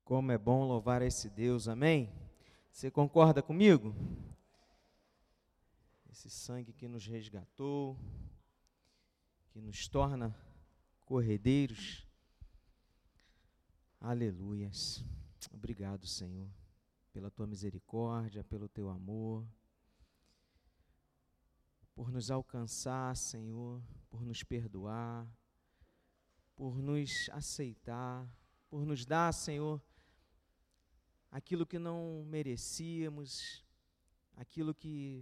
Como é bom louvar a esse Deus, amém? Você concorda comigo? Esse sangue que nos resgatou, que nos torna corredeiros. Aleluias. Obrigado, Senhor, pela tua misericórdia, pelo teu amor, por nos alcançar, Senhor, por nos perdoar, por nos aceitar, por nos dar, Senhor, aquilo que não merecíamos, aquilo que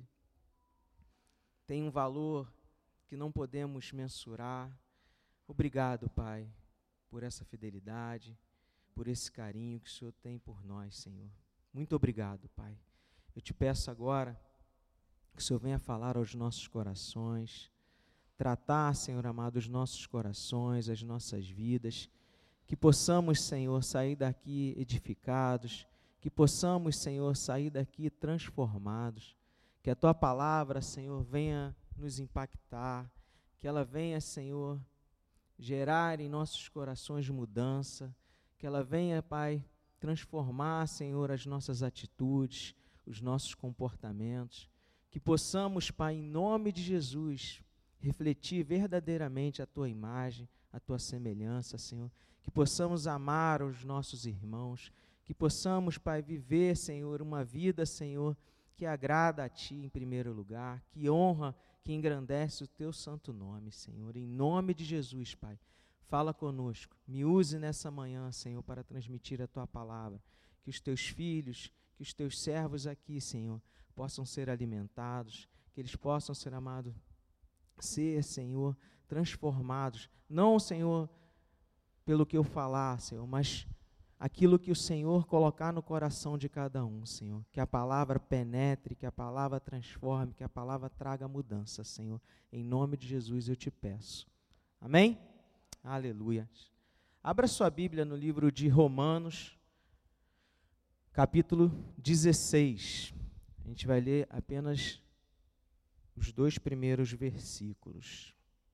tem um valor que não podemos mensurar. Obrigado, Pai, por essa fidelidade, por esse carinho que o Senhor tem por nós, Senhor. Muito obrigado, Pai. Eu te peço agora que o Senhor venha falar aos nossos corações, tratar, Senhor amado, os nossos corações, as nossas vidas, que possamos, Senhor, sair daqui edificados, que possamos, Senhor, sair daqui transformados, que a Tua palavra, Senhor, venha nos impactar, que ela venha, Senhor, gerar em nossos corações mudança, que ela venha, Pai, transformar, Senhor, as nossas atitudes, os nossos comportamentos, que possamos, Pai, em nome de Jesus, refletir verdadeiramente a Tua imagem, a Tua semelhança, Senhor, que possamos amar os nossos irmãos, que possamos, Pai, viver, Senhor, uma vida, Senhor, que agrada a Ti em primeiro lugar, que honra, que engrandece o Teu santo nome, Senhor, em nome de Jesus, Pai. Fala conosco, me use nessa manhã, Senhor, para transmitir a Tua palavra, que os Teus filhos, que os Teus servos aqui, Senhor, possam ser alimentados, que eles possam ser amados, ser, Senhor, transformados, não, Senhor, pelo que eu falar, Senhor, mas aquilo que o Senhor colocar no coração de cada um, Senhor, que a palavra penetre, que a palavra transforme, que a palavra traga mudança, Senhor, em nome de Jesus eu te peço, amém? Aleluia. Abra sua Bíblia no livro de Romanos, capítulo 16, a gente vai ler apenas os 2 primeiros versículos.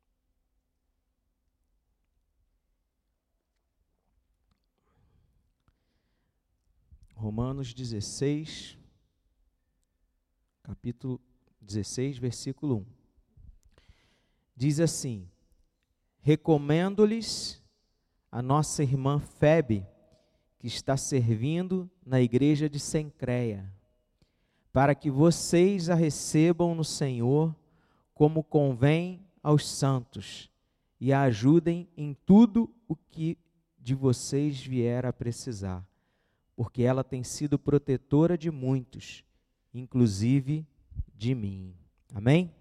Romanos 16, capítulo 16, versículo 1. Diz assim: recomendo-lhes a nossa irmã Febe, que está servindo na igreja de Cencreia, para que vocês a recebam no Senhor como convém aos santos e a ajudem em tudo o que de vocês vier a precisar, porque ela tem sido protetora de muitos, inclusive de mim. Amém?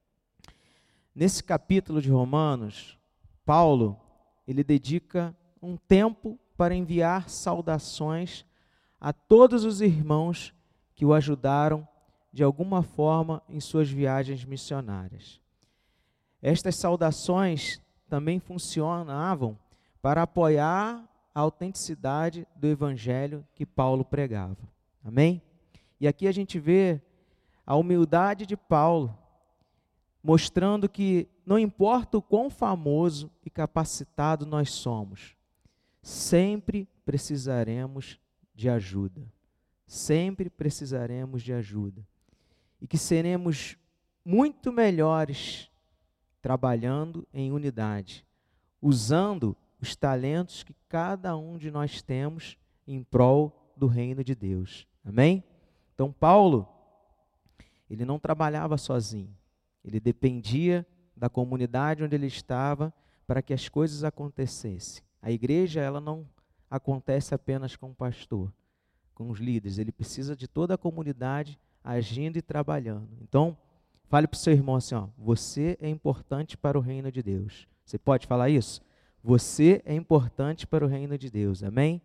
Nesse capítulo de Romanos, Paulo, ele dedica um tempo para enviar saudações a todos os irmãos que o ajudaram de alguma forma em suas viagens missionárias. Estas saudações também funcionavam para apoiar a autenticidade do evangelho que Paulo pregava. Amém? E aqui a gente vê a humildade de Paulo, mostrando que não importa o quão famoso e capacitado nós somos, sempre precisaremos de ajuda. Sempre precisaremos de ajuda. E que seremos muito melhores trabalhando em unidade, usando os talentos que cada um de nós temos em prol do reino de Deus. Amém? Então, Paulo, ele não trabalhava sozinho. Ele dependia da comunidade onde ele estava para que as coisas acontecessem. A igreja, ela não acontece apenas com o pastor, com os líderes. Ele precisa de toda a comunidade agindo e trabalhando. Então, fale para o seu irmão assim, ó, você é importante para o reino de Deus. Você pode falar isso? Você é importante para o reino de Deus, amém?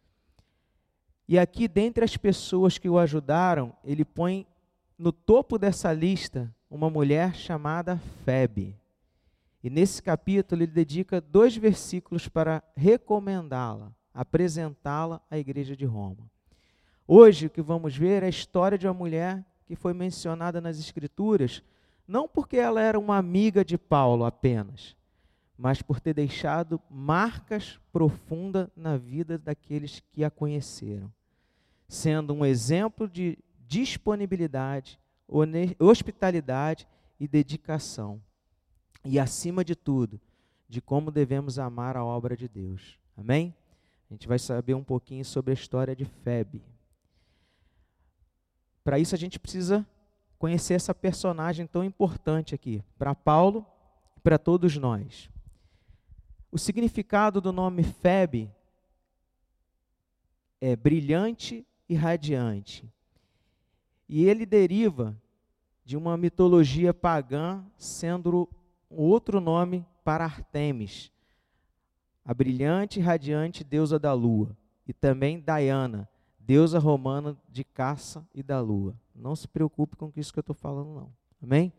E aqui, dentre as pessoas que o ajudaram, ele põe no topo dessa lista uma mulher chamada Febe. E nesse capítulo ele dedica 2 versículos para recomendá-la, apresentá-la à igreja de Roma. Hoje o que vamos ver é a história de uma mulher que foi mencionada nas Escrituras, não porque ela era uma amiga de Paulo apenas, mas por ter deixado marcas profundas na vida daqueles que a conheceram, sendo um exemplo de disponibilidade, hospitalidade e dedicação. E, acima de tudo, de como devemos amar a obra de Deus. Amém? A gente vai saber um pouquinho sobre a história de Febe. Para isso, a gente precisa conhecer essa personagem tão importante aqui, para Paulo e para todos nós. O significado do nome Febe é brilhante e radiante. E ele deriva de uma mitologia pagã, sendo outro nome para Ártemis, a brilhante e radiante deusa da lua, e também Diana, deusa romana de caça e da lua. Não se preocupe com isso que eu estou falando, não. Amém?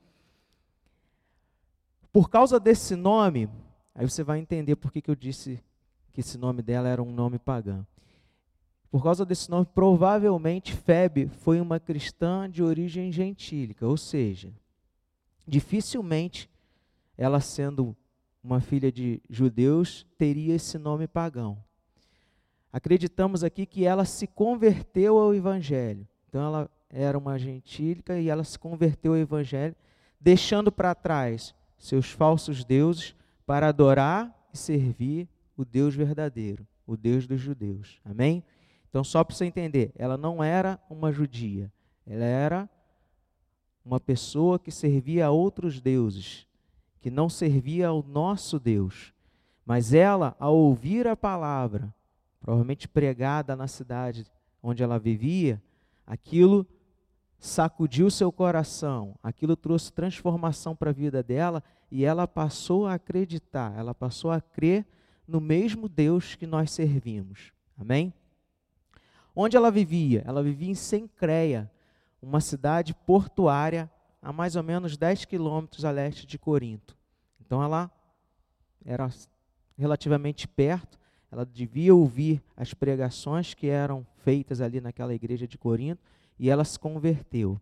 Por causa desse nome, aí você vai entender por que eu disse que esse nome dela era um nome pagão. Por causa desse nome, provavelmente Febe foi uma cristã de origem gentílica, ou seja, dificilmente ela, sendo uma filha de judeus, teria esse nome pagão. Acreditamos aqui que ela se converteu ao Evangelho. Então ela era uma gentílica e ela se converteu ao Evangelho, deixando para trás seus falsos deuses para adorar e servir o Deus verdadeiro, o Deus dos judeus. Amém? Então, só para você entender, ela não era uma judia, ela era uma pessoa que servia a outros deuses, que não servia ao nosso Deus. Mas ela, ao ouvir a palavra, provavelmente pregada na cidade onde ela vivia, aquilo sacudiu seu coração, aquilo trouxe transformação para a vida dela e ela passou a acreditar, ela passou a crer no mesmo Deus que nós servimos. Amém? Onde ela vivia? Ela vivia em Cencreia, uma cidade portuária a mais ou menos 10 quilômetros a leste de Corinto. Então ela era relativamente perto, ela devia ouvir as pregações que eram feitas ali naquela igreja de Corinto e ela se converteu.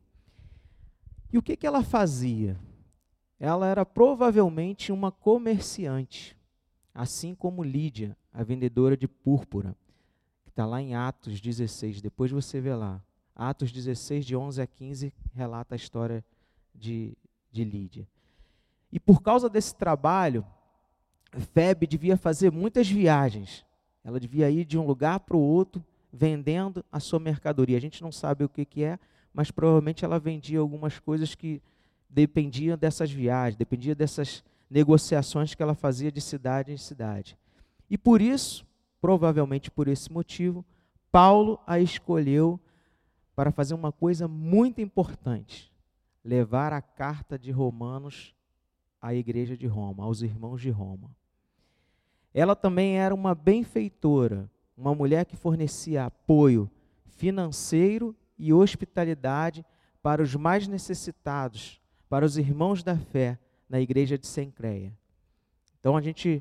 E o que ela fazia? Ela era provavelmente uma comerciante, assim como Lídia, a vendedora de púrpura, que está lá em Atos 16, depois você vê lá. Atos 16, de 11 a 15, relata a história de Lídia. E por causa desse trabalho, Febe devia fazer muitas viagens. Ela devia ir de um lugar para o outro, vendendo a sua mercadoria. A gente não sabe o que é, mas provavelmente ela vendia algumas coisas que dependiam dessas viagens, dependiam dessas negociações que ela fazia de cidade em cidade. E por isso, provavelmente por esse motivo, Paulo a escolheu para fazer uma coisa muito importante: levar a carta de Romanos à igreja de Roma, aos irmãos de Roma. Ela também era uma benfeitora, uma mulher que fornecia apoio financeiro e hospitalidade para os mais necessitados, para os irmãos da fé na igreja de Cencreia. Então a gente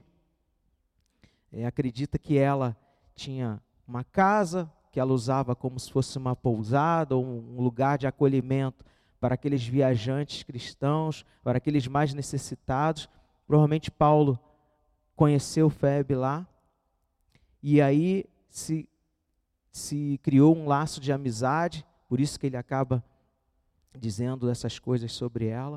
acredita que ela tinha uma casa que ela usava como se fosse uma pousada ou um lugar de acolhimento para aqueles viajantes cristãos, para aqueles mais necessitados. Provavelmente Paulo conheceu Febe lá e aí se criou um laço de amizade, por isso que ele acaba dizendo essas coisas sobre ela.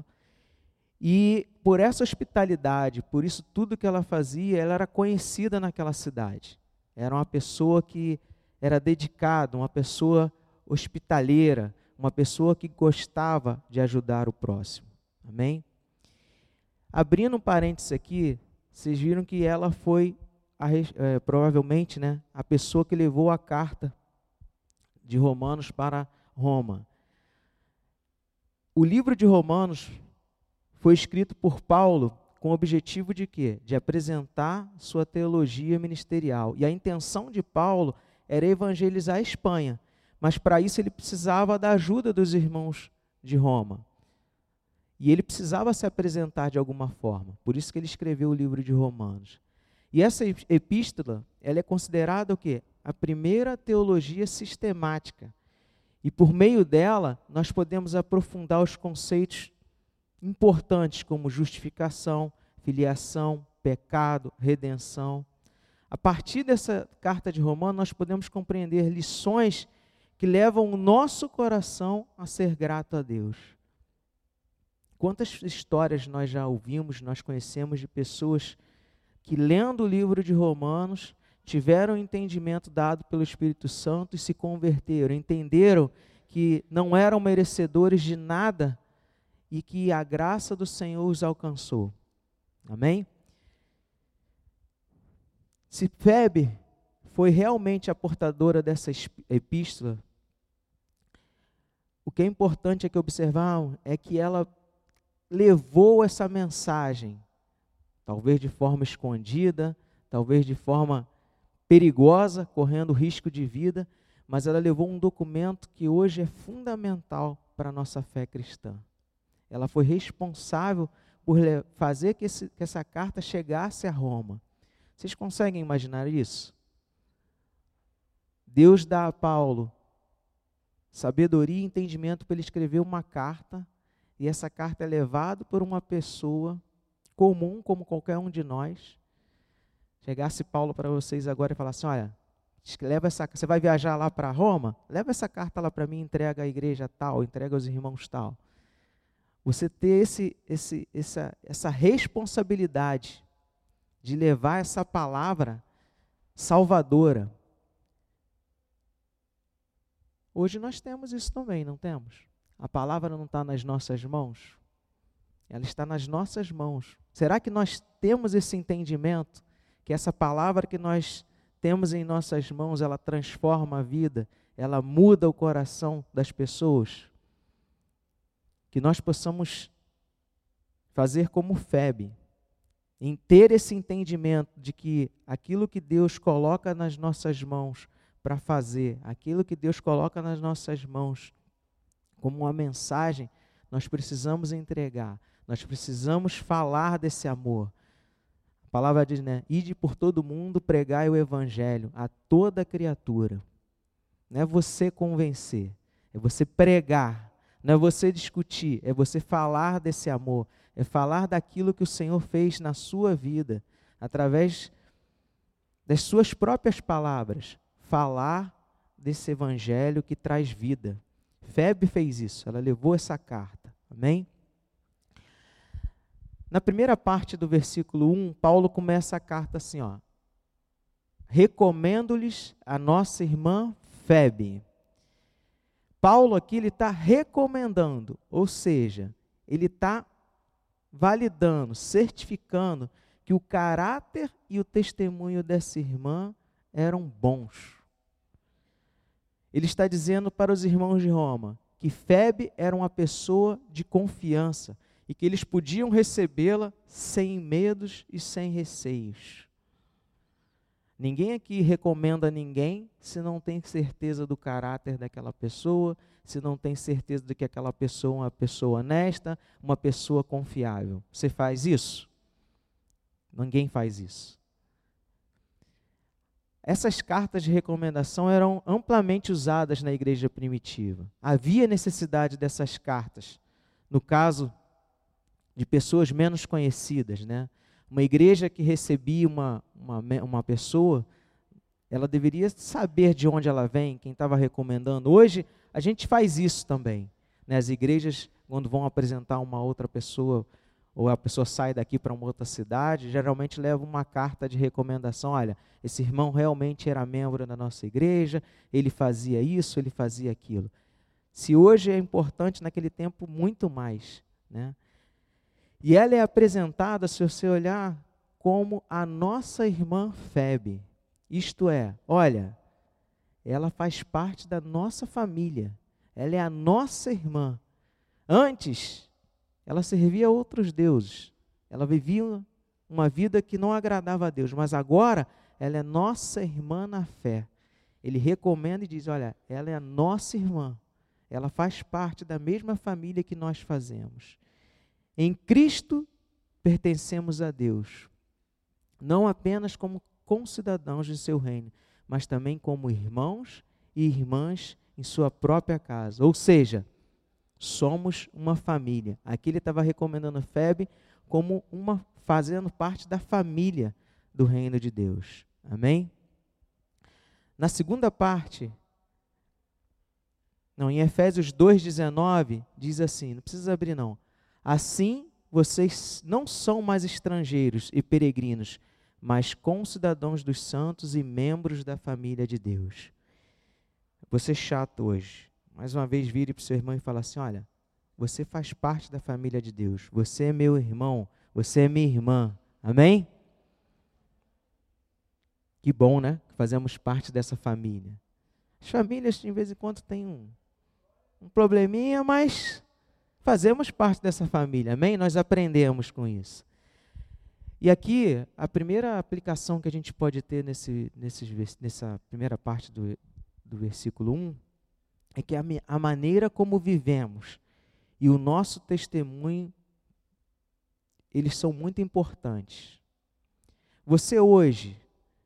E por essa hospitalidade, por isso tudo que ela fazia, ela era conhecida naquela cidade. Era uma pessoa que era dedicada, uma pessoa hospitaleira, uma pessoa que gostava de ajudar o próximo. Amém? Abrindo um parênteses aqui, vocês viram que ela foi, provavelmente, a pessoa que levou a carta de Romanos para Roma. O livro de Romanos foi escrito por Paulo com o objetivo de quê? De apresentar sua teologia ministerial. E a intenção de Paulo era evangelizar a Espanha, mas para isso ele precisava da ajuda dos irmãos de Roma. E ele precisava se apresentar de alguma forma, por isso que ele escreveu o livro de Romanos. E essa epístola, ela é considerada o quê? A primeira teologia sistemática. E por meio dela, nós podemos aprofundar os conceitos importantes como justificação, filiação, pecado, redenção. A partir dessa carta de Romanos, nós podemos compreender lições que levam o nosso coração a ser grato a Deus. Quantas histórias nós já ouvimos, nós conhecemos de pessoas que, lendo o livro de Romanos, tiveram entendimento dado pelo Espírito Santo e se converteram, entenderam que não eram merecedores de nada e que a graça do Senhor os alcançou. Amém? Se Febe foi realmente a portadora dessa epístola, o que é importante aqui observar é que ela levou essa mensagem, talvez de forma escondida, talvez de forma perigosa, correndo risco de vida, mas ela levou um documento que hoje é fundamental para a nossa fé cristã. Ela foi responsável por fazer que essa carta chegasse a Roma. Vocês conseguem imaginar isso? Deus dá a Paulo sabedoria e entendimento para ele escrever uma carta, e essa carta é levada por uma pessoa comum, como qualquer um de nós. Chegasse Paulo para vocês agora e falasse, olha, leva você vai viajar lá para Roma? Leva essa carta lá para mim, entrega à igreja tal, entrega aos irmãos tal. Você ter essa responsabilidade de levar essa palavra salvadora. Hoje nós temos isso também, não temos? A palavra não está nas nossas mãos? Ela está nas nossas mãos. Será que nós temos esse entendimento? Que essa palavra que nós temos em nossas mãos, ela transforma a vida, ela muda o coração das pessoas? Que nós possamos fazer como Febe, em ter esse entendimento de que aquilo que Deus coloca nas nossas mãos para fazer, aquilo que Deus coloca nas nossas mãos como uma mensagem, nós precisamos entregar, nós precisamos falar desse amor. A palavra diz, né? Ide por todo mundo, pregai o evangelho a toda criatura. Não é você convencer, é você pregar, não é você discutir, é você falar desse amor, é falar daquilo que o Senhor fez na sua vida, através das suas próprias palavras, falar desse evangelho que traz vida. Febe fez isso, ela levou essa carta, amém? Na primeira parte do versículo 1, Paulo começa a carta assim, ó. Recomendo-lhes a nossa irmã Febe. Paulo aqui, ele está recomendando, ou seja, ele está validando, certificando que o caráter e o testemunho dessa irmã eram bons. Ele está dizendo para os irmãos de Roma que Febe era uma pessoa de confiança e que eles podiam recebê-la sem medos e sem receios. Ninguém aqui recomenda ninguém se não tem certeza do caráter daquela pessoa, se não tem certeza de que aquela pessoa é uma pessoa honesta, uma pessoa confiável. Você faz isso? Ninguém faz isso. Essas cartas de recomendação eram amplamente usadas na igreja primitiva. Havia necessidade dessas cartas, no caso de pessoas menos conhecidas, né? Uma igreja que recebia uma pessoa, ela deveria saber de onde ela vem, quem estava recomendando. Hoje, a gente faz isso também, né? As igrejas, quando vão apresentar uma outra pessoa, ou a pessoa sai daqui para uma outra cidade, geralmente leva uma carta de recomendação. Olha, esse irmão realmente era membro da nossa igreja, ele fazia isso, ele fazia aquilo. Se hoje é importante, naquele tempo, muito mais, né? E ela é apresentada, se você olhar, como a nossa irmã Febe. Isto é, olha, ela faz parte da nossa família, ela é a nossa irmã. Antes, ela servia a outros deuses, ela vivia uma vida que não agradava a Deus, mas agora ela é nossa irmã na fé. Ele recomenda e diz, olha, ela é a nossa irmã, ela faz parte da mesma família que nós fazemos. Em Cristo pertencemos a Deus, não apenas como concidadãos de seu reino, mas também como irmãos e irmãs em sua própria casa. Ou seja, somos uma família. Aqui ele estava recomendando Febe como uma fazendo parte da família do reino de Deus. Amém? Na segunda parte, em Efésios 2,19, diz assim, não precisa abrir não. Assim, vocês não são mais estrangeiros e peregrinos, mas concidadãos dos santos e membros da família de Deus. Vou ser chato hoje. Mais uma vez, vire para o seu irmão e fala assim, olha, você faz parte da família de Deus. Você é meu irmão, você é minha irmã. Amém? Que bom, né? Que fazemos parte dessa família. As famílias, de vez em quando, têm um probleminha, mas fazemos parte dessa família. Amém? Nós aprendemos com isso. E aqui, a primeira aplicação que a gente pode ter nessa primeira parte do versículo 1 é que a maneira como vivemos e o nosso testemunho, eles são muito importantes. Você hoje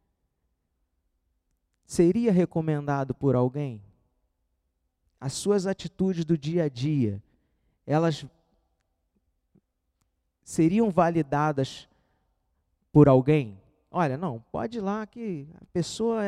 seria recomendado por alguém? As suas atitudes do dia a dia, elas seriam validadas por alguém? Olha, não, pode ir lá que a pessoa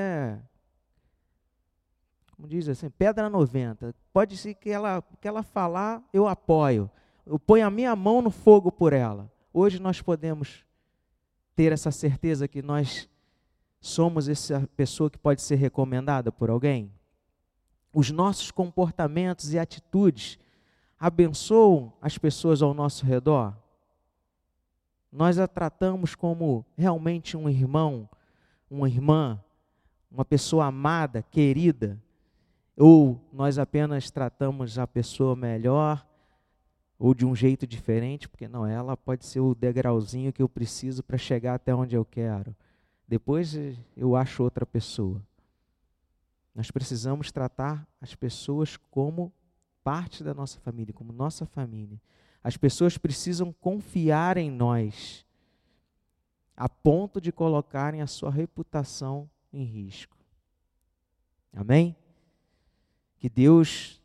como diz assim, pedra 90. Pode ser que ela falar, eu apoio. Eu ponho a minha mão no fogo por ela. Hoje nós podemos ter essa certeza que nós somos essa pessoa que pode ser recomendada por alguém? Os nossos comportamentos e atitudes abençoam as pessoas ao nosso redor? Nós a tratamos como realmente um irmão, uma irmã, uma pessoa amada, querida? Ou nós apenas tratamos a pessoa melhor ou de um jeito diferente, porque não, ela pode ser o degrauzinho que eu preciso para chegar até onde eu quero. Depois eu acho outra pessoa. Nós precisamos tratar as pessoas como parte da nossa família, como nossa família. As pessoas precisam confiar em nós, a ponto de colocarem a sua reputação em risco. Amém? Que Deus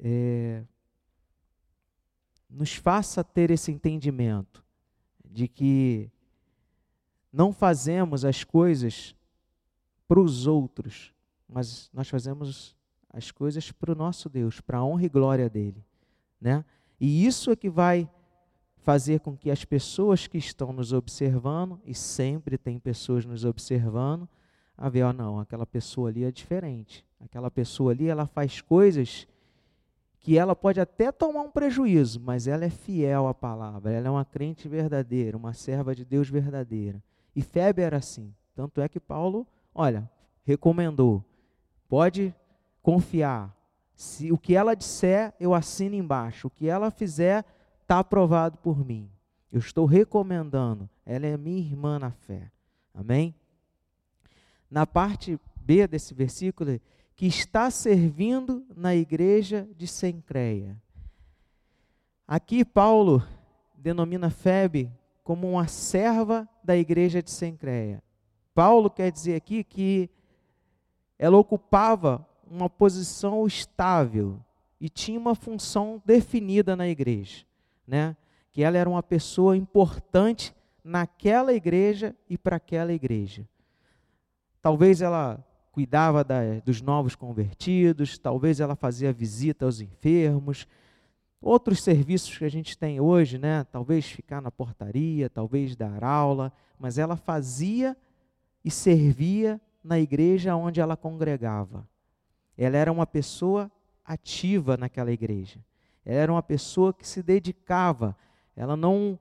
nos faça ter esse entendimento de que não fazemos as coisas para os outros, mas nós fazemos as coisas para o nosso Deus, para a honra e glória dele, né? E isso é que vai fazer com que as pessoas que estão nos observando, e sempre tem pessoas nos observando, a ver, não, aquela pessoa ali é diferente, aquela pessoa ali, ela faz coisas que ela pode até tomar um prejuízo, mas ela é fiel à palavra, ela é uma crente verdadeira, uma serva de Deus verdadeira. E Febe era assim, tanto é que Paulo, recomendou, pode confiar, se o que ela disser, eu assino embaixo, o que ela fizer, está aprovado por mim. Eu estou recomendando, ela é minha irmã na fé. Amém? Na parte B desse versículo, que está servindo na igreja de Cencreia. Aqui Paulo denomina Febe como uma serva da igreja de Cencreia. Paulo quer dizer aqui que ela ocupava uma posição estável e tinha uma função definida na igreja, né? Que ela era uma pessoa importante naquela igreja e para aquela igreja. Talvez ela cuidava dos novos convertidos, talvez ela fazia visita aos enfermos, outros serviços que a gente tem hoje, né? Talvez ficar na portaria, talvez dar aula, mas ela fazia e servia na igreja onde ela congregava. Ela era uma pessoa ativa naquela igreja. Ela era uma pessoa que se dedicava. Ela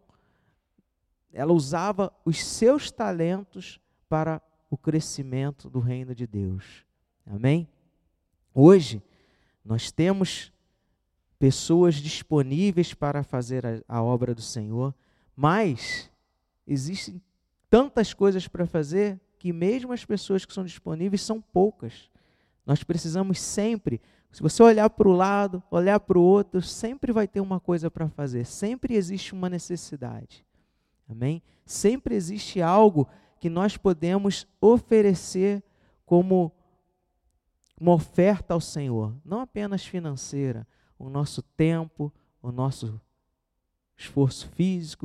usava os seus talentos para o crescimento do reino de Deus. Amém? Hoje, nós temos pessoas disponíveis para fazer a obra do Senhor, mas existem tantas coisas para fazer que mesmo as pessoas que são disponíveis são poucas. Nós precisamos sempre, se você olhar para o lado, olhar para o outro, sempre vai ter uma coisa para fazer, sempre existe uma necessidade. Amém? Sempre existe algo que nós podemos oferecer como uma oferta ao Senhor, não apenas financeira, o nosso tempo, o nosso esforço físico,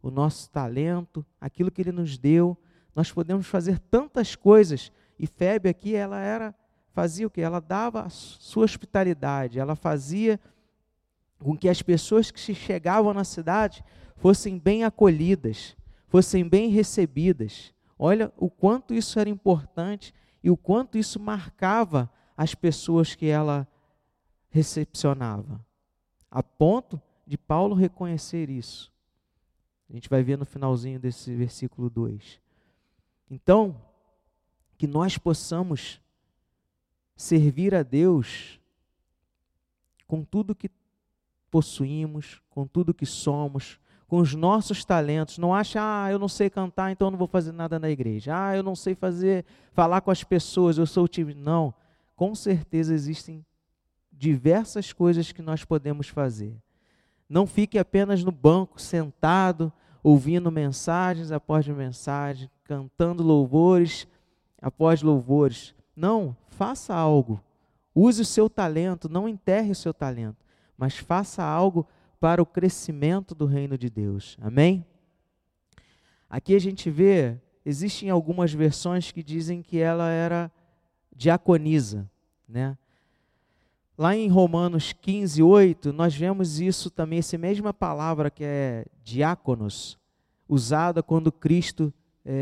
o nosso talento, aquilo que Ele nos deu. Nós podemos fazer tantas coisas. E Febe aqui, fazia o quê? Ela dava a sua hospitalidade, ela fazia com que as pessoas que se chegavam na cidade fossem bem acolhidas, fossem bem recebidas. Olha o quanto isso era importante e o quanto isso marcava as pessoas que ela recepcionava, a ponto de Paulo reconhecer isso. A gente vai ver no finalzinho desse versículo 2. Então, que nós possamos servir a Deus com tudo que possuímos, com tudo que somos, com os nossos talentos. Não acha, eu não sei cantar, então eu não vou fazer nada na igreja. Eu não sei falar com as pessoas, eu sou tímido. Não, com certeza existem diversas coisas que nós podemos fazer. Não fique apenas no banco, sentado, ouvindo mensagens após mensagem, cantando louvores após louvores. Não, faça algo. Use o seu talento, não enterre o seu talento, mas faça algo para o crescimento do reino de Deus. Amém? Aqui a gente vê, existem algumas versões que dizem que ela era diaconisa, né? Lá em Romanos 15:8, nós vemos isso também, essa mesma palavra que é diáconos, usada quando Cristo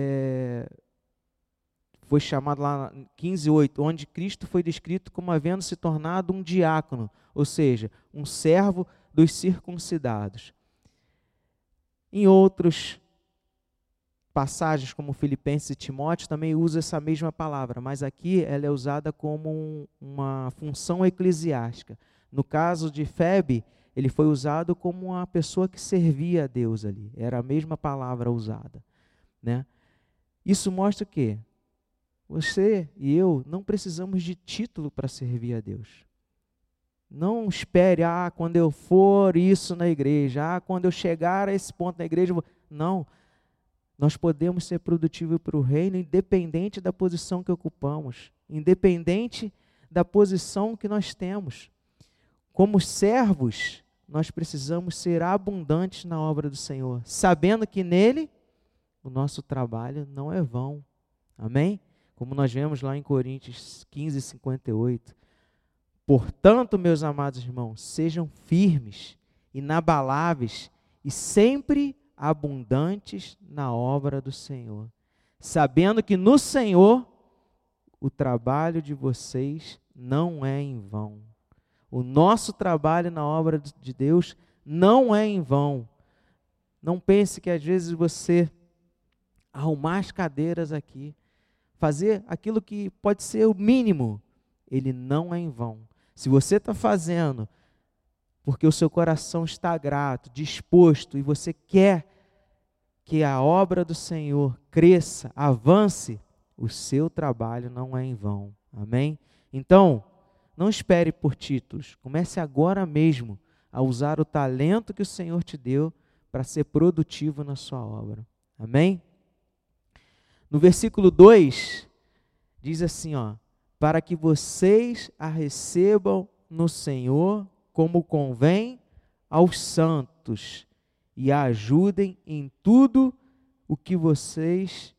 foi chamado lá em 15:8, onde Cristo foi descrito como havendo se tornado um diácono, ou seja, um servo dos circuncidados. Em outros passagens, como Filipenses e Timóteo, também usa essa mesma palavra, mas aqui ela é usada como uma função eclesiástica. No caso de Febe, ele foi usado como uma pessoa que servia a Deus ali, era a mesma palavra usada, né? Isso mostra que você e eu não precisamos de título para servir a Deus. Não espere, quando eu for isso na igreja, quando eu chegar a esse ponto na igreja, não. Nós podemos ser produtivos para o reino, independente da posição que ocupamos, independente da posição que nós temos. Como servos, nós precisamos ser abundantes na obra do Senhor, sabendo que nele o nosso trabalho não é vão. Amém? Como nós vemos lá em Coríntios 15:58. Portanto, meus amados irmãos, sejam firmes, inabaláveis e sempre abundantes na obra do Senhor, sabendo que no Senhor o trabalho de vocês não é em vão. O nosso trabalho na obra de Deus não é em vão. Não pense que às vezes você arrumar as cadeiras aqui, fazer aquilo que pode ser o mínimo, ele não é em vão. Se você está fazendo porque o seu coração está grato, disposto, e você quer que a obra do Senhor cresça, avance, o seu trabalho não é em vão. Amém? Então, não espere por títulos. Comece agora mesmo a usar o talento que o Senhor te deu para ser produtivo na sua obra. Amém? No versículo 2, diz assim, para que vocês a recebam no Senhor como convém aos santos e a ajudem em tudo o que vocês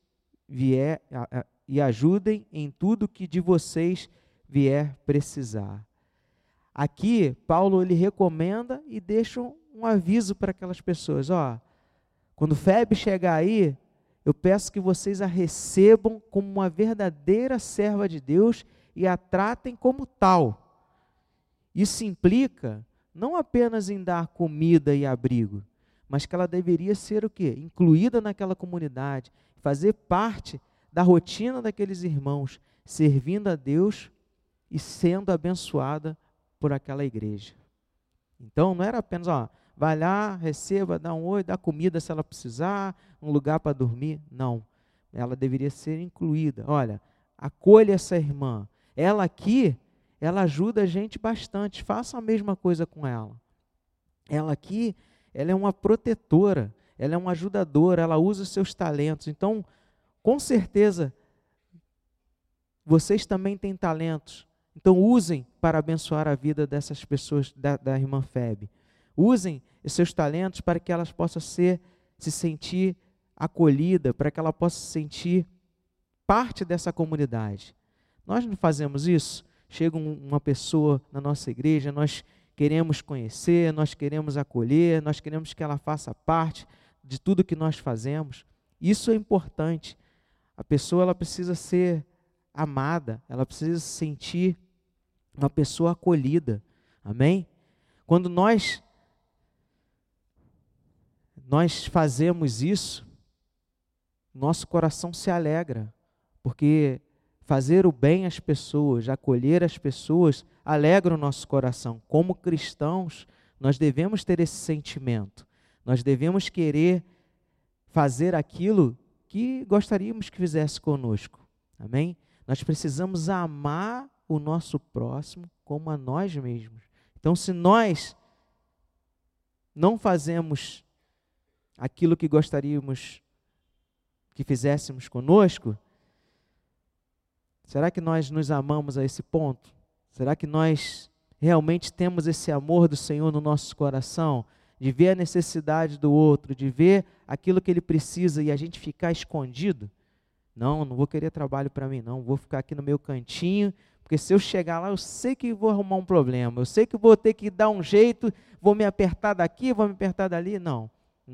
ajudem em tudo que de vocês vier precisar. Aqui Paulo ele recomenda e deixa um aviso para aquelas pessoas, quando Febe chegar aí, eu peço que vocês a recebam como uma verdadeira serva de Deus e a tratem como tal. Isso implica não apenas em dar comida e abrigo, mas que ela deveria ser o quê? Incluída naquela comunidade, fazer parte da rotina daqueles irmãos, servindo a Deus e sendo abençoada por aquela igreja. Então não era apenas, vai lá, receba, dá um oi, dá comida se ela precisar, um lugar para dormir. Não, ela deveria ser incluída. Olha, acolha essa irmã. Ela aqui, ela ajuda a gente bastante, faça a mesma coisa com ela. Ela aqui, ela é uma protetora, ela é uma ajudadora, ela usa os seus talentos. Então, com certeza, vocês também têm talentos. Então, usem para abençoar a vida dessas pessoas, da irmã Febe. Usem os seus talentos para que elas possam ser se sentir acolhida, para que ela possa se sentir parte dessa comunidade. Nós não fazemos isso? Chega uma pessoa na nossa igreja, nós queremos conhecer, nós queremos acolher, nós queremos que ela faça parte de tudo que nós fazemos. Isso é importante. A pessoa ela precisa ser amada, ela precisa se sentir uma pessoa acolhida. Amém? Quando nós fazemos isso, nosso coração se alegra, porque fazer o bem às pessoas, acolher as pessoas, alegra o nosso coração. Como cristãos, nós devemos ter esse sentimento. Nós devemos querer fazer aquilo que gostaríamos que fizesse conosco. Amém? Nós precisamos amar o nosso próximo como a nós mesmos. Então, se nós não fazemos aquilo que gostaríamos que fizéssemos conosco, será que nós nos amamos a esse ponto? Será que nós realmente temos esse amor do Senhor no nosso coração? De ver a necessidade do outro, de ver aquilo que ele precisa e a gente ficar escondido? Não vou querer trabalho para mim não, vou ficar aqui no meu cantinho, porque se eu chegar lá eu sei que vou arrumar um problema, eu sei que vou ter que dar um jeito, vou me apertar daqui, vou me apertar dali. Não.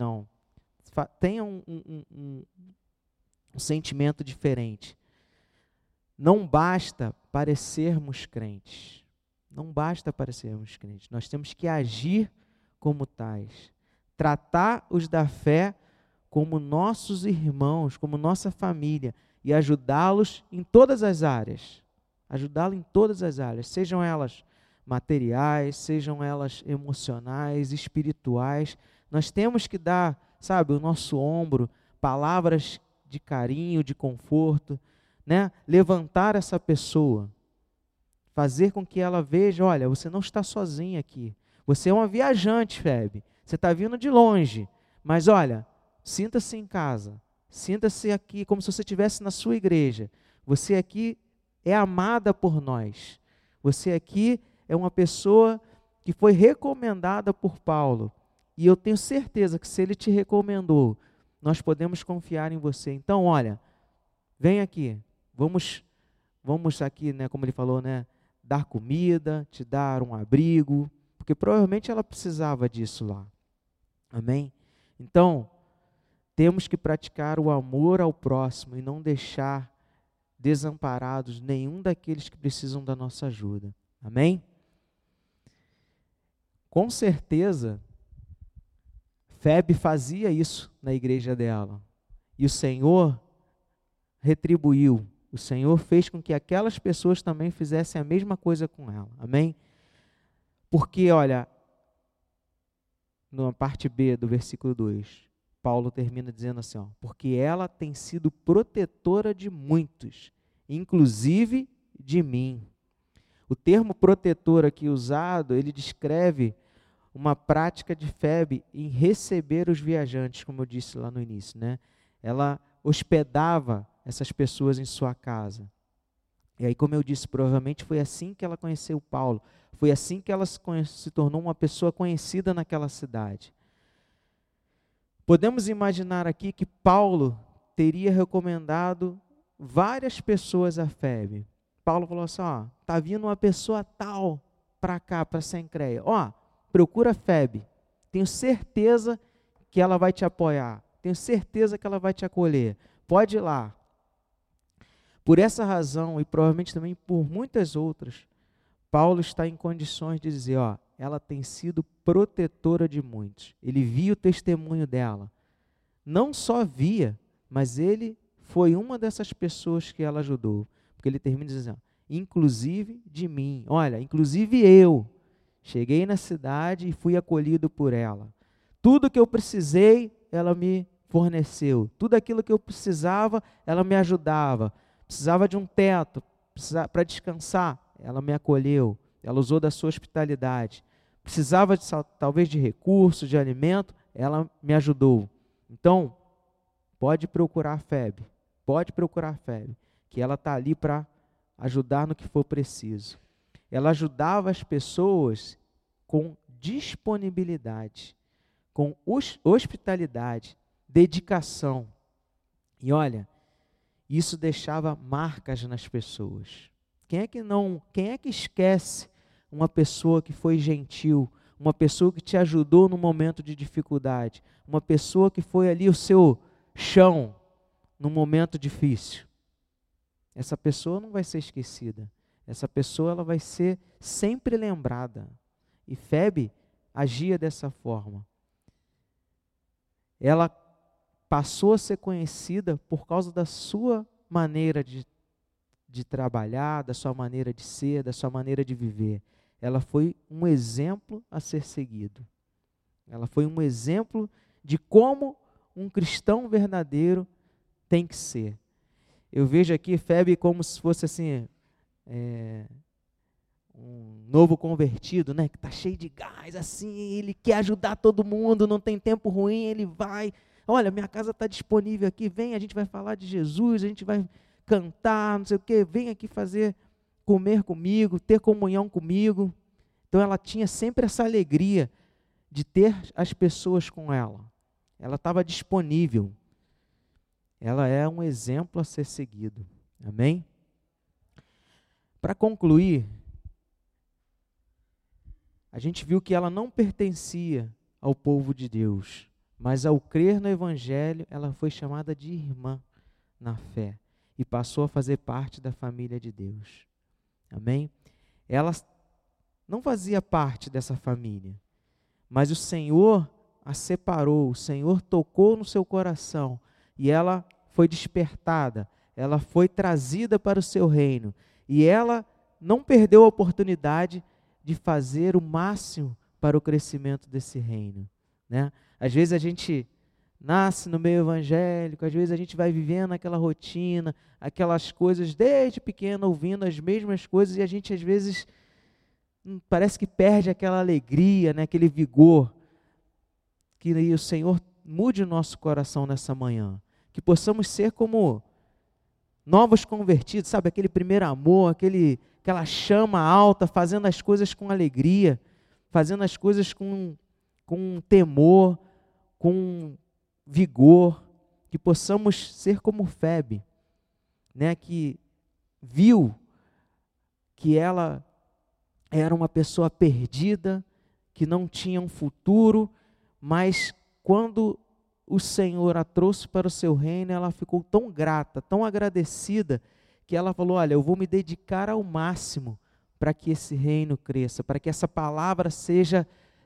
Tenha um sentimento diferente. Não basta parecermos crentes. Não basta parecermos crentes. Nós temos que agir como tais. Tratar os da fé como nossos irmãos, como nossa família, e ajudá-los em todas as áreas. Ajudá-los em todas as áreas, sejam elas materiais, sejam elas emocionais, espirituais. Nós temos que dar, o nosso ombro, palavras de carinho, de conforto, né? Levantar essa pessoa, fazer com que ela veja, olha, você não está sozinha aqui, você é uma viajante, Febe, você está vindo de longe, mas olha, sinta-se em casa, sinta-se aqui como se você estivesse na sua igreja, você aqui é amada por nós, você aqui é uma pessoa que foi recomendada por Paulo, e eu tenho certeza que se ele te recomendou, nós podemos confiar em você. Então, olha, vem aqui, vamos aqui, né, como ele falou, né, dar comida, te dar um abrigo, porque provavelmente ela precisava disso lá. Amém? Então, temos que praticar o amor ao próximo e não deixar desamparados nenhum daqueles que precisam da nossa ajuda. Amém? Com certeza, Febe fazia isso na igreja dela. E o Senhor retribuiu. O Senhor fez com que aquelas pessoas também fizessem a mesma coisa com ela. Amém? Porque, olha, na parte B do versículo 2, Paulo termina dizendo assim, porque ela tem sido protetora de muitos, inclusive de mim. O termo protetor aqui usado, ele descreve uma prática de Febe em receber os viajantes, como eu disse lá no início, né? Ela hospedava essas pessoas em sua casa. E aí, como eu disse, provavelmente foi assim que ela conheceu Paulo, foi assim que ela se tornou uma pessoa conhecida naquela cidade. Podemos imaginar aqui que Paulo teria recomendado várias pessoas a Febe. Paulo falou assim, tá vindo uma pessoa tal para cá, para Cencreia. Procura Febe, tenho certeza que ela vai te apoiar, tenho certeza que ela vai te acolher, pode ir lá. Por essa razão, e provavelmente também por muitas outras, Paulo está em condições de dizer, ela tem sido protetora de muitos. Ele via o testemunho dela. Não só via, mas ele foi uma dessas pessoas que ela ajudou. Porque ele termina dizendo, inclusive de mim. Olha, inclusive eu cheguei na cidade e fui acolhido por ela. Tudo que eu precisei, ela me forneceu. Tudo aquilo que eu precisava, ela me ajudava. Precisava de um teto para descansar, ela me acolheu. Ela usou da sua hospitalidade. Precisava talvez de recursos, de alimento, ela me ajudou. Então, pode procurar a Febe, que ela está ali para ajudar no que for preciso. Ela ajudava as pessoas com disponibilidade, com hospitalidade. dedicação. E olha, isso deixava marcas nas pessoas. Quem é que esquece uma pessoa que foi gentil, uma pessoa que te ajudou no momento de dificuldade, uma pessoa que foi ali o seu chão no momento difícil? Essa pessoa não vai ser esquecida. Essa pessoa ela vai ser sempre lembrada. E Febe agia dessa forma. Ela passou a ser conhecida por causa da sua maneira de trabalhar, da sua maneira de ser, da sua maneira de viver. Ela foi um exemplo a ser seguido. Ela foi um exemplo de como um cristão verdadeiro tem que ser. Eu vejo aqui Febe como se fosse assim, um novo convertido, né? Que está cheio de gás, assim, ele quer ajudar todo mundo, não tem tempo ruim, ele vai. Olha, minha casa está disponível aqui, vem, a gente vai falar de Jesus, a gente vai cantar, não sei o quê, vem aqui comer comigo, ter comunhão comigo. Então ela tinha sempre essa alegria de ter as pessoas com ela. Ela estava disponível. Ela é um exemplo a ser seguido. Amém? Para concluir, a gente viu que ela não pertencia ao povo de Deus, mas ao crer no Evangelho, ela foi chamada de irmã na fé e passou a fazer parte da família de Deus. Amém? Ela não fazia parte dessa família, mas o Senhor a separou, o Senhor tocou no seu coração e ela foi despertada, ela foi trazida para o seu reino e ela não perdeu a oportunidade de fazer o máximo para o crescimento desse reino, né? Às vezes a gente nasce no meio evangélico, às vezes a gente vai vivendo aquela rotina, aquelas coisas desde pequeno, ouvindo as mesmas coisas e a gente às vezes parece que perde aquela alegria, né? Aquele vigor. Que o Senhor mude o nosso coração nessa manhã, que possamos ser como novos convertidos, sabe? Aquele primeiro amor, aquela chama alta, fazendo as coisas com alegria, fazendo as coisas com temor, com vigor, que possamos ser como Febe, né? Que viu que ela era uma pessoa perdida, que não tinha um futuro, mas quando o Senhor a trouxe para o seu reino, ela ficou tão grata, tão agradecida, que ela falou, olha, eu vou me dedicar ao máximo para que esse reino cresça, para que essa palavra seja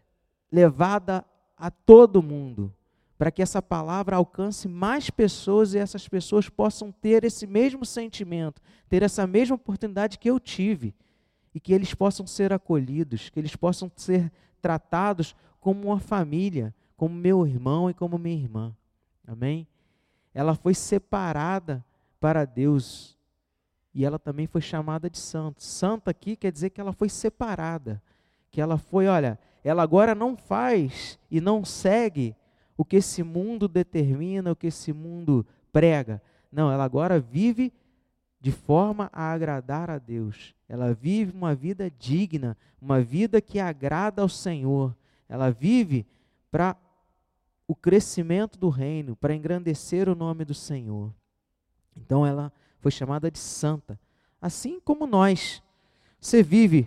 levada a todo mundo, para que essa palavra alcance mais pessoas e essas pessoas possam ter esse mesmo sentimento, ter essa mesma oportunidade que eu tive, e que eles possam ser acolhidos, que eles possam ser tratados como uma família, como meu irmão e como minha irmã. Amém? Ela foi separada para Deus e ela também foi chamada de santo. Santa aqui quer dizer que ela foi separada, que ela foi, olha, ela agora não faz e não segue o que esse mundo determina, o que esse mundo prega. Não, ela agora vive de forma a agradar a Deus. Ela vive uma vida digna, uma vida que agrada ao Senhor. Ela vive para o crescimento do reino, para engrandecer o nome do Senhor. Então ela foi chamada de santa, assim como nós. Você vive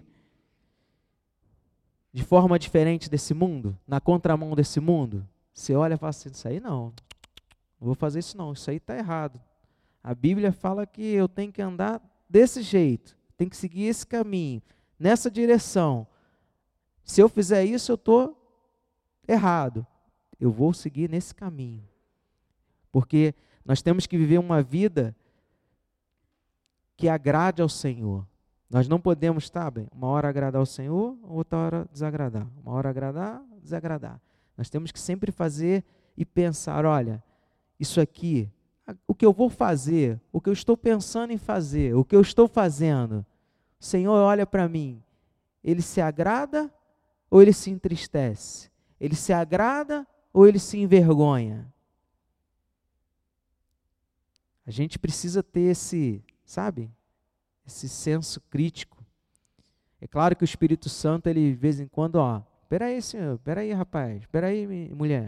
de forma diferente desse mundo, na contramão desse mundo? Você olha e fala assim, isso aí não vou fazer isso não, isso aí está errado. A Bíblia fala que eu tenho que andar desse jeito, tenho que seguir esse caminho, nessa direção. Se eu fizer isso, eu estou errado. Eu vou seguir nesse caminho. Porque nós temos que viver uma vida que agrade ao Senhor. Nós não podemos, tá bem, uma hora agradar ao Senhor, outra hora desagradar. Uma hora agradar, desagradar. Nós temos que sempre fazer e pensar, olha, isso aqui, o que eu vou fazer, o que eu estou pensando em fazer, o que eu estou fazendo, o Senhor olha para mim, Ele se agrada ou Ele se entristece? Ele se agrada ou Ele se envergonha? A gente precisa ter esse, sabe, esse senso crítico. É claro que o Espírito Santo, ele de vez em quando, peraí senhor, peraí rapaz, peraí mulher,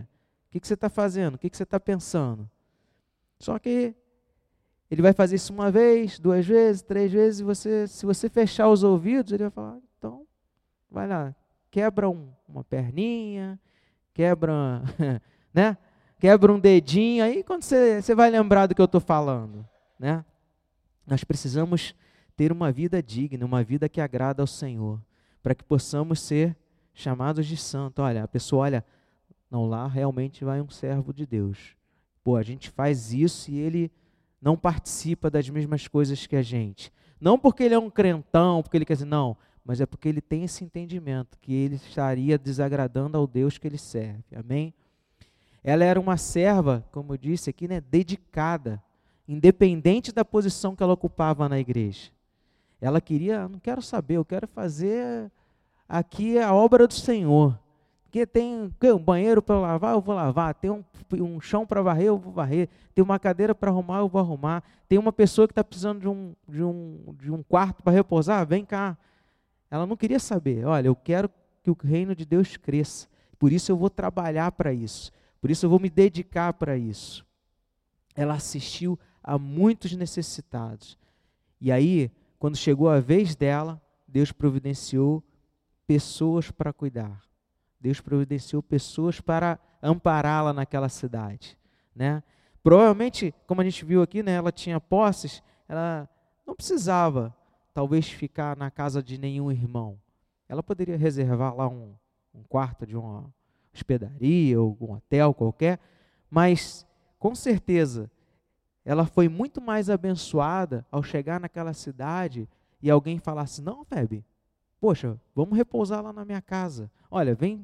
que você está fazendo? O que você está pensando? Só que ele vai fazer isso uma vez, 2 vezes, 3 vezes, e se você fechar os ouvidos, ele vai falar, então, vai lá, quebra uma perninha, quebra, né? Quebra um dedinho, aí quando você vai lembrar do que eu estou falando, né? Nós precisamos ter uma vida digna, uma vida que agrada ao Senhor, para que possamos ser chamados de santo. Olha, a pessoa olha, não, lá realmente vai um servo de Deus. Pô, a gente faz isso e ele não participa das mesmas coisas que a gente. Não porque ele é um crentão, porque ele quer dizer, não, mas é porque ele tem esse entendimento, que ele estaria desagradando ao Deus que ele serve. Amém? Ela era uma serva, como eu disse aqui, né, dedicada, independente da posição que ela ocupava na igreja. Ela queria, não quero saber, eu quero fazer aqui a obra do Senhor. Porque tem um banheiro para lavar, eu vou lavar. Tem um chão para varrer, eu vou varrer. Tem uma cadeira para arrumar, eu vou arrumar. Tem uma pessoa que está precisando de um quarto para repousar, vem cá. Ela não queria saber, olha, eu quero que o reino de Deus cresça. Por isso eu vou trabalhar para isso. Por isso eu vou me dedicar para isso. Ela assistiu a muitos necessitados. E aí, quando chegou a vez dela, Deus providenciou pessoas para cuidar. Deus providenciou pessoas para ampará-la naquela cidade, né? Provavelmente, como a gente viu aqui, né, ela tinha posses, ela não precisava, talvez, ficar na casa de nenhum irmão. Ela poderia reservar lá um quarto de uma hospedaria ou um hotel qualquer, mas, com certeza, ela foi muito mais abençoada ao chegar naquela cidade e alguém falasse, não, Febe, poxa, vamos repousar lá na minha casa. Olha, vem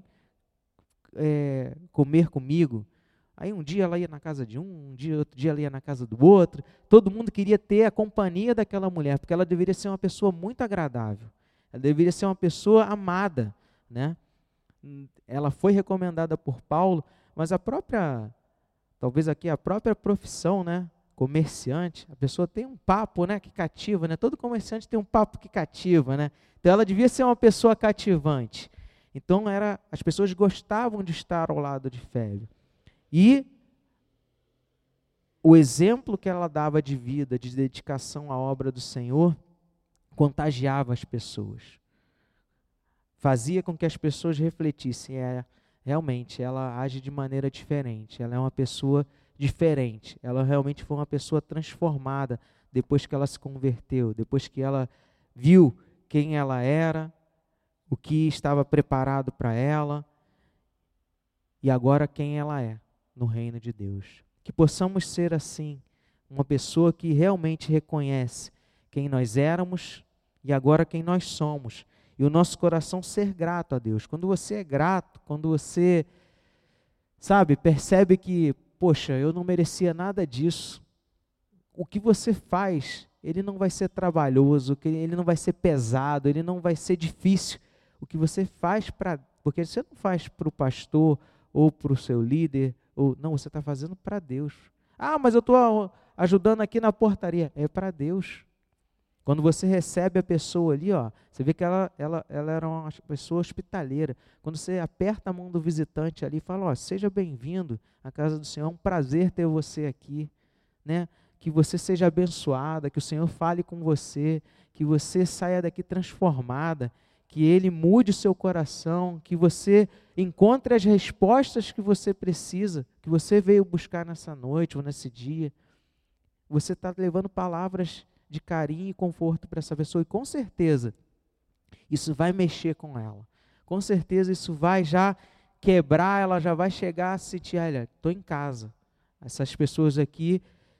comer comigo. Aí um dia ela ia na casa de outro dia ela ia na casa do outro. Todo mundo queria ter a companhia daquela mulher, porque ela deveria ser uma pessoa muito agradável. Ela deveria ser uma pessoa amada, né? Ela foi recomendada por Paulo, mas talvez aqui a própria profissão, né? Comerciante, a pessoa tem um papo, né, que cativa, né? Todo comerciante tem um papo que cativa, né? Então ela devia ser uma pessoa cativante. Então as pessoas gostavam de estar ao lado de Febe. E o exemplo que ela dava de vida, de dedicação à obra do Senhor, contagiava as pessoas. Fazia com que as pessoas refletissem, realmente ela age de maneira diferente, ela é uma pessoa diferente, ela realmente foi uma pessoa transformada depois que ela se converteu, depois que ela viu quem ela era, o que estava preparado para ela e agora quem ela é no reino de Deus. Que possamos ser assim, uma pessoa que realmente reconhece quem nós éramos e agora quem nós somos. E o nosso coração ser grato a Deus. Quando você é grato, quando você, percebe que, poxa, eu não merecia nada disso, o que você faz, ele não vai ser trabalhoso, ele não vai ser pesado, ele não vai ser difícil. O que você faz porque você não faz para o pastor ou para o seu líder, não, você está fazendo para Deus. Ah, mas eu estou ajudando aqui na portaria. É para Deus. Quando você recebe a pessoa ali, você vê que ela era uma pessoa hospitaleira. Quando você aperta a mão do visitante ali e fala, seja bem-vindo à casa do Senhor, é um prazer ter você aqui, né? Que você seja abençoada, que o Senhor fale com você, que você saia daqui transformada, que Ele mude o seu coração, que você encontre as respostas que você precisa, que você veio buscar nessa noite ou nesse dia. Você está levando palavras de carinho e conforto para essa pessoa, e com certeza isso vai mexer com ela, com certeza isso vai já quebrar, ela já vai chegar a sentir, olha, estou em casa, essas pessoas aqui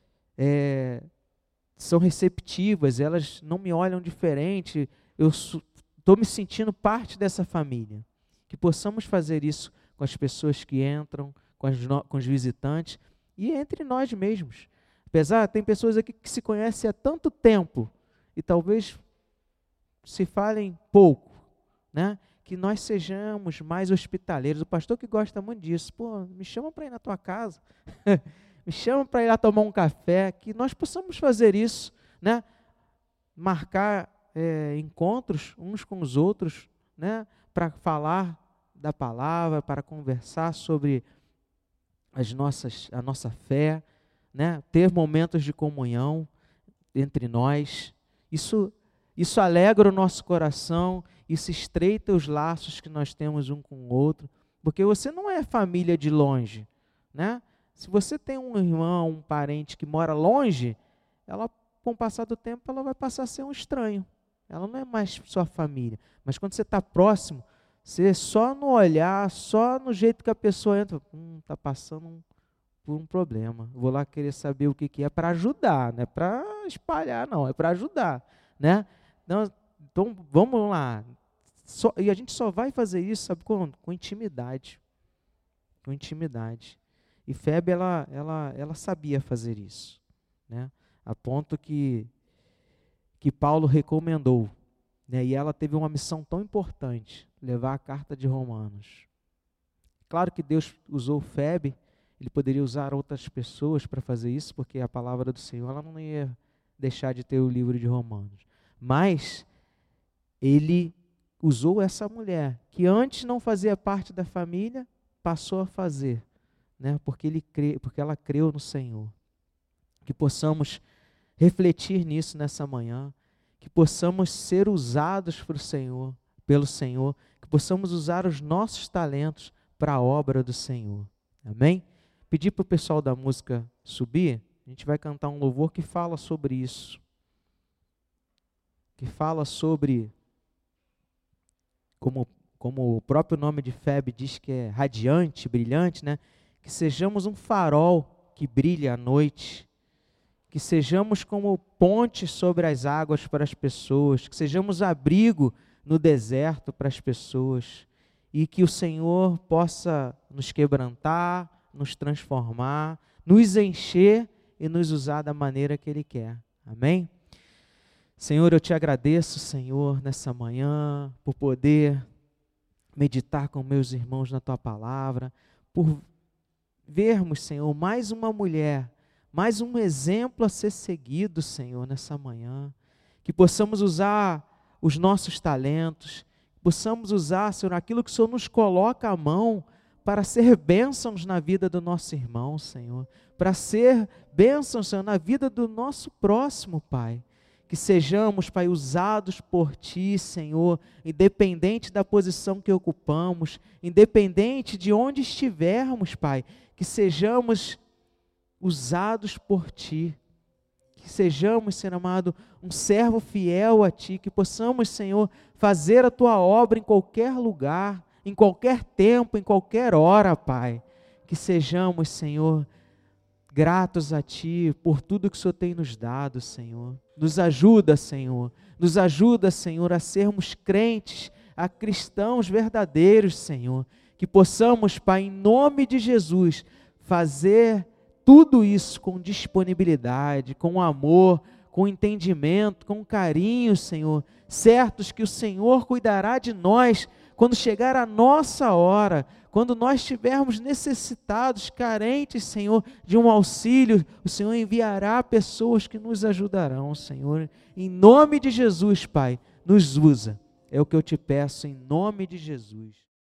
são receptivas, elas não me olham diferente, eu estou me sentindo parte dessa família. Que possamos fazer isso com as pessoas que entram, com os visitantes e entre nós mesmos. Apesar, tem pessoas aqui que se conhecem há tanto tempo e talvez se falem pouco, né? Que nós sejamos mais hospitaleiros. O pastor que gosta muito disso, me chama para ir na tua casa, me chama para ir lá tomar um café, que nós possamos fazer isso, né? Marcar encontros uns com os outros, né? Para falar da palavra, para conversar sobre a nossa fé, né? Ter momentos de comunhão entre nós. Isso alegra o nosso coração, isso estreita os laços que nós temos um com o outro, porque você não é família de longe, né? Se você tem um irmão, um parente que mora longe, ela, com o passar do tempo, ela vai passar a ser um estranho. Ela não é mais sua família. Mas quando você está próximo, você só no olhar, só no jeito que a pessoa entra, está passando por um problema. Vou lá querer saber o que é para ajudar, não é para espalhar, não, é para ajudar, né? Então vamos lá. E a gente só vai fazer isso, sabe quando? Com intimidade. Com intimidade. E Febe, ela sabia fazer isso, né? A ponto que Paulo recomendou, né? E ela teve uma missão tão importante, levar a carta de Romanos. Claro que Deus usou Febe, ele poderia usar outras pessoas para fazer isso, porque a palavra do Senhor ela não ia deixar de ter o livro de Romanos. Mas ele usou essa mulher, que antes não fazia parte da família, passou a fazer, né? Porque ela creu no Senhor. Que possamos refletir nisso nessa manhã, que possamos ser usados pelo Senhor, que possamos usar os nossos talentos para a obra do Senhor. Amém? Pedir para o pessoal da música subir, a gente vai cantar um louvor que fala sobre isso. Que fala sobre, como o próprio nome de Febe diz que é radiante, brilhante, né? Que sejamos um farol que brilha à noite, que sejamos como ponte sobre as águas para as pessoas, que sejamos abrigo no deserto para as pessoas, e que o Senhor possa nos quebrantar, nos transformar, nos encher e nos usar da maneira que Ele quer. Amém? Senhor, eu te agradeço, Senhor, nessa manhã, por poder meditar com meus irmãos na Tua palavra, por vermos, Senhor, mais uma mulher, mais um exemplo a ser seguido, Senhor, nessa manhã. Que possamos usar os nossos talentos, possamos usar, Senhor, aquilo que o Senhor nos coloca à mão para ser bênçãos na vida do nosso irmão, Senhor. Para ser bênçãos, Senhor, na vida do nosso próximo, Pai. Que sejamos, Pai, usados por Ti, Senhor, independente da posição que ocupamos, independente de onde estivermos, Pai, que sejamos usados por Ti, que sejamos, Senhor amado, um servo fiel a Ti, que possamos, Senhor, fazer a Tua obra em qualquer lugar, em qualquer tempo, em qualquer hora, Pai, que sejamos, Senhor, gratos a Ti por tudo que o Senhor tem nos dado, Senhor. Nos ajuda, Senhor, a sermos crentes, a cristãos verdadeiros, Senhor, que possamos, Pai, em nome de Jesus, fazer tudo isso com disponibilidade, com amor, com entendimento, com carinho, Senhor, certos que o Senhor cuidará de nós quando chegar a nossa hora, quando nós estivermos necessitados, carentes, Senhor, de um auxílio, o Senhor enviará pessoas que nos ajudarão, Senhor. Em nome de Jesus, Pai, nos usa. É o que eu te peço, em nome de Jesus.